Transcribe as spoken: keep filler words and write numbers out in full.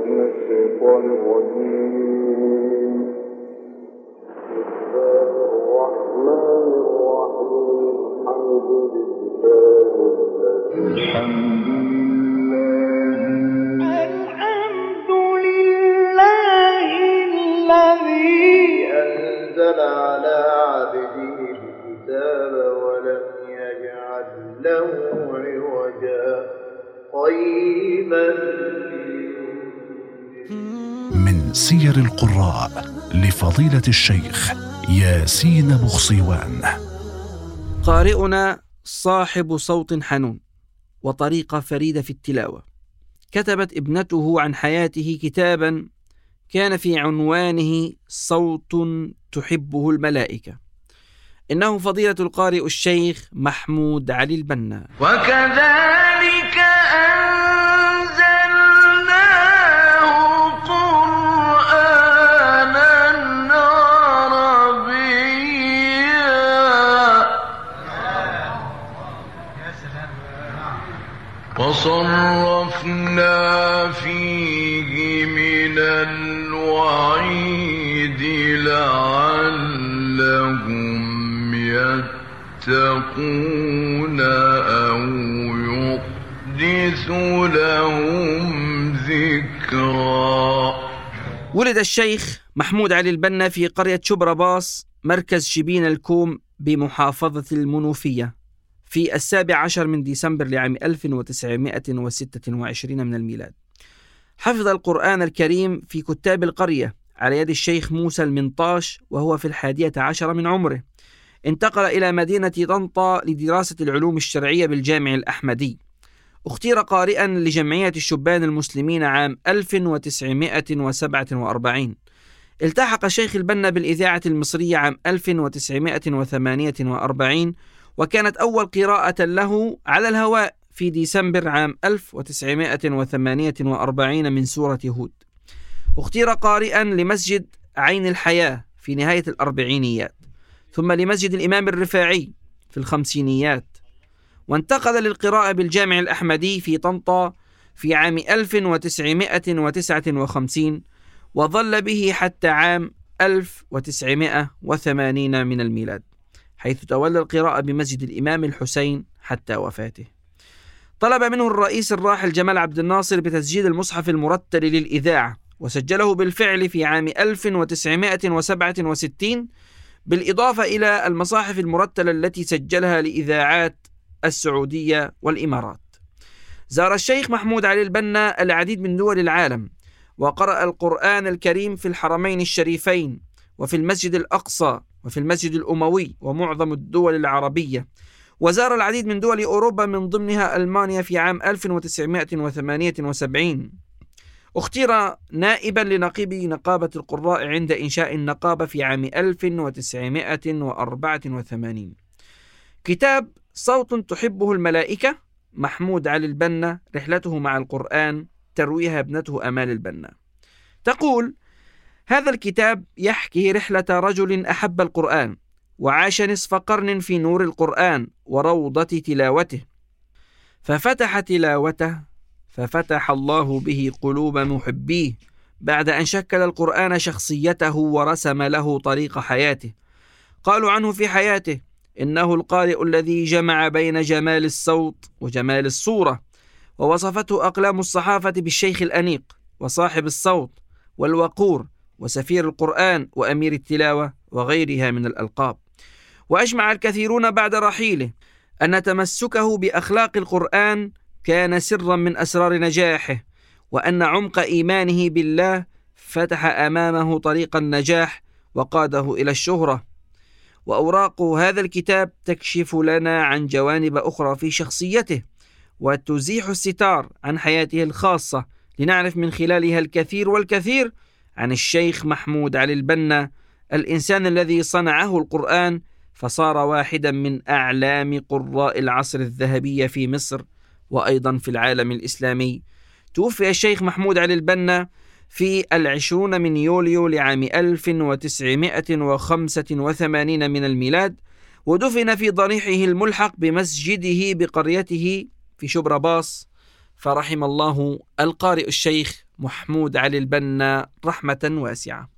من الشيطان الرجيم. بسم الله الرحمن الرحيم. الحمد لله الحمد لله الذي أنزل على عبده الكتاب ولم يجعل له عوجا قيما. من سير القراء لفضيلة الشيخ ياسين بخصيوان. قارئنا صاحب صوت حنون وطريقة فريدة في التلاوة. كتبت ابنته عن حياته كتابا كان في عنوانه صوت تحبه الملائكة. إنه فضيلة القارئ الشيخ محمود علي البنا. وكذلك وصرفنا فيه من الوعيد لعلهم يتقون أو يحدث لهم ذكرا. ولد الشيخ محمود علي البنا في قرية شبرا باص مركز شبين الكوم بمحافظة المنوفية في السابع عشر من ديسمبر لعام ألف وتسعمائة وستة وعشرين من الميلاد. حفظ القرآن الكريم في كتاب القرية على يد الشيخ موسى المنطاش وهو في الحادية عشر من عمره. انتقل إلى مدينة طنطا لدراسة العلوم الشرعية بالجامع الأحمدي. اختير قارئا لجمعية الشبان المسلمين عام ألف وتسعمائة وسبعة وأربعين. التحق الشيخ البنا بالإذاعة المصرية عام ألف وتسعمائة وثمانية وأربعين، وكانت أول قراءة له على الهواء في ديسمبر عام ألف وتسعمائة وثمانية وأربعين من سورة هود. اختير قارئا لمسجد عين الحياة في نهاية الأربعينيات، ثم لمسجد الإمام الرفاعي في الخمسينيات، وانتقل للقراءة بالجامع الأحمدي في طنطا في عام ألف وتسعمائة وتسعة وخمسين، وظل به حتى عام ألف وتسعمائة وثمانين من الميلاد، حيث تولى القراءة بمسجد الإمام الحسين حتى وفاته. طلب منه الرئيس الراحل جمال عبد الناصر بتسجيل المصحف المرتل للإذاعة، وسجله بالفعل في عام ألف وتسعمائة وسبعة وستين، بالإضافة إلى المصاحف المرتلة التي سجلها لإذاعات السعودية والإمارات. زار الشيخ محمود علي البنا العديد من دول العالم، وقرأ القرآن الكريم في الحرمين الشريفين وفي المسجد الأقصى وفي المسجد الأموي ومعظم الدول العربية، وزار العديد من دول أوروبا من ضمنها ألمانيا في عام ألف وتسعمائة وثمانية وسبعين. اختير نائبا لنقيب نقابة القراء عند إنشاء النقابة في عام ألف وتسعمائة وأربعة وثمانين. كتاب صوت تحبه الملائكة، محمود علي البنا رحلته مع القرآن، ترويها ابنته أمال البنا. تقول: هذا الكتاب يحكي رحلة رجل أحب القرآن وعاش نصف قرن في نور القرآن وروضة تلاوته، ففتح تلاوته ففتح الله به قلوب محبيه بعد أن شكل القرآن شخصيته ورسم له طريق حياته. قالوا عنه في حياته إنه القارئ الذي جمع بين جمال الصوت وجمال الصورة، ووصفته أقلام الصحافة بالشيخ الأنيق وصاحب الصوت والوقور وسفير القرآن وأمير التلاوة وغيرها من الألقاب. وأجمع الكثيرون بعد رحيله أن تمسكه بأخلاق القرآن كان سرا من أسرار نجاحه، وأن عمق إيمانه بالله فتح أمامه طريق النجاح وقاده إلى الشهرة. وأوراق هذا الكتاب تكشف لنا عن جوانب أخرى في شخصيته وتزيح الستار عن حياته الخاصة، لنعرف من خلالها الكثير والكثير عن الشيخ محمود علي البنا، الإنسان الذي صنعه القرآن فصار واحدا من أعلام قراء العصر الذهبي في مصر وأيضا في العالم الإسلامي. توفي الشيخ محمود علي البنا في العشرون من يوليو لعام ألف وتسعمائة وخمسة وثمانين من الميلاد، ودفن في ضريحه الملحق بمسجده بقريته في شبرا باص. فرحم الله القارئ الشيخ محمود علي البنا رحمة واسعة.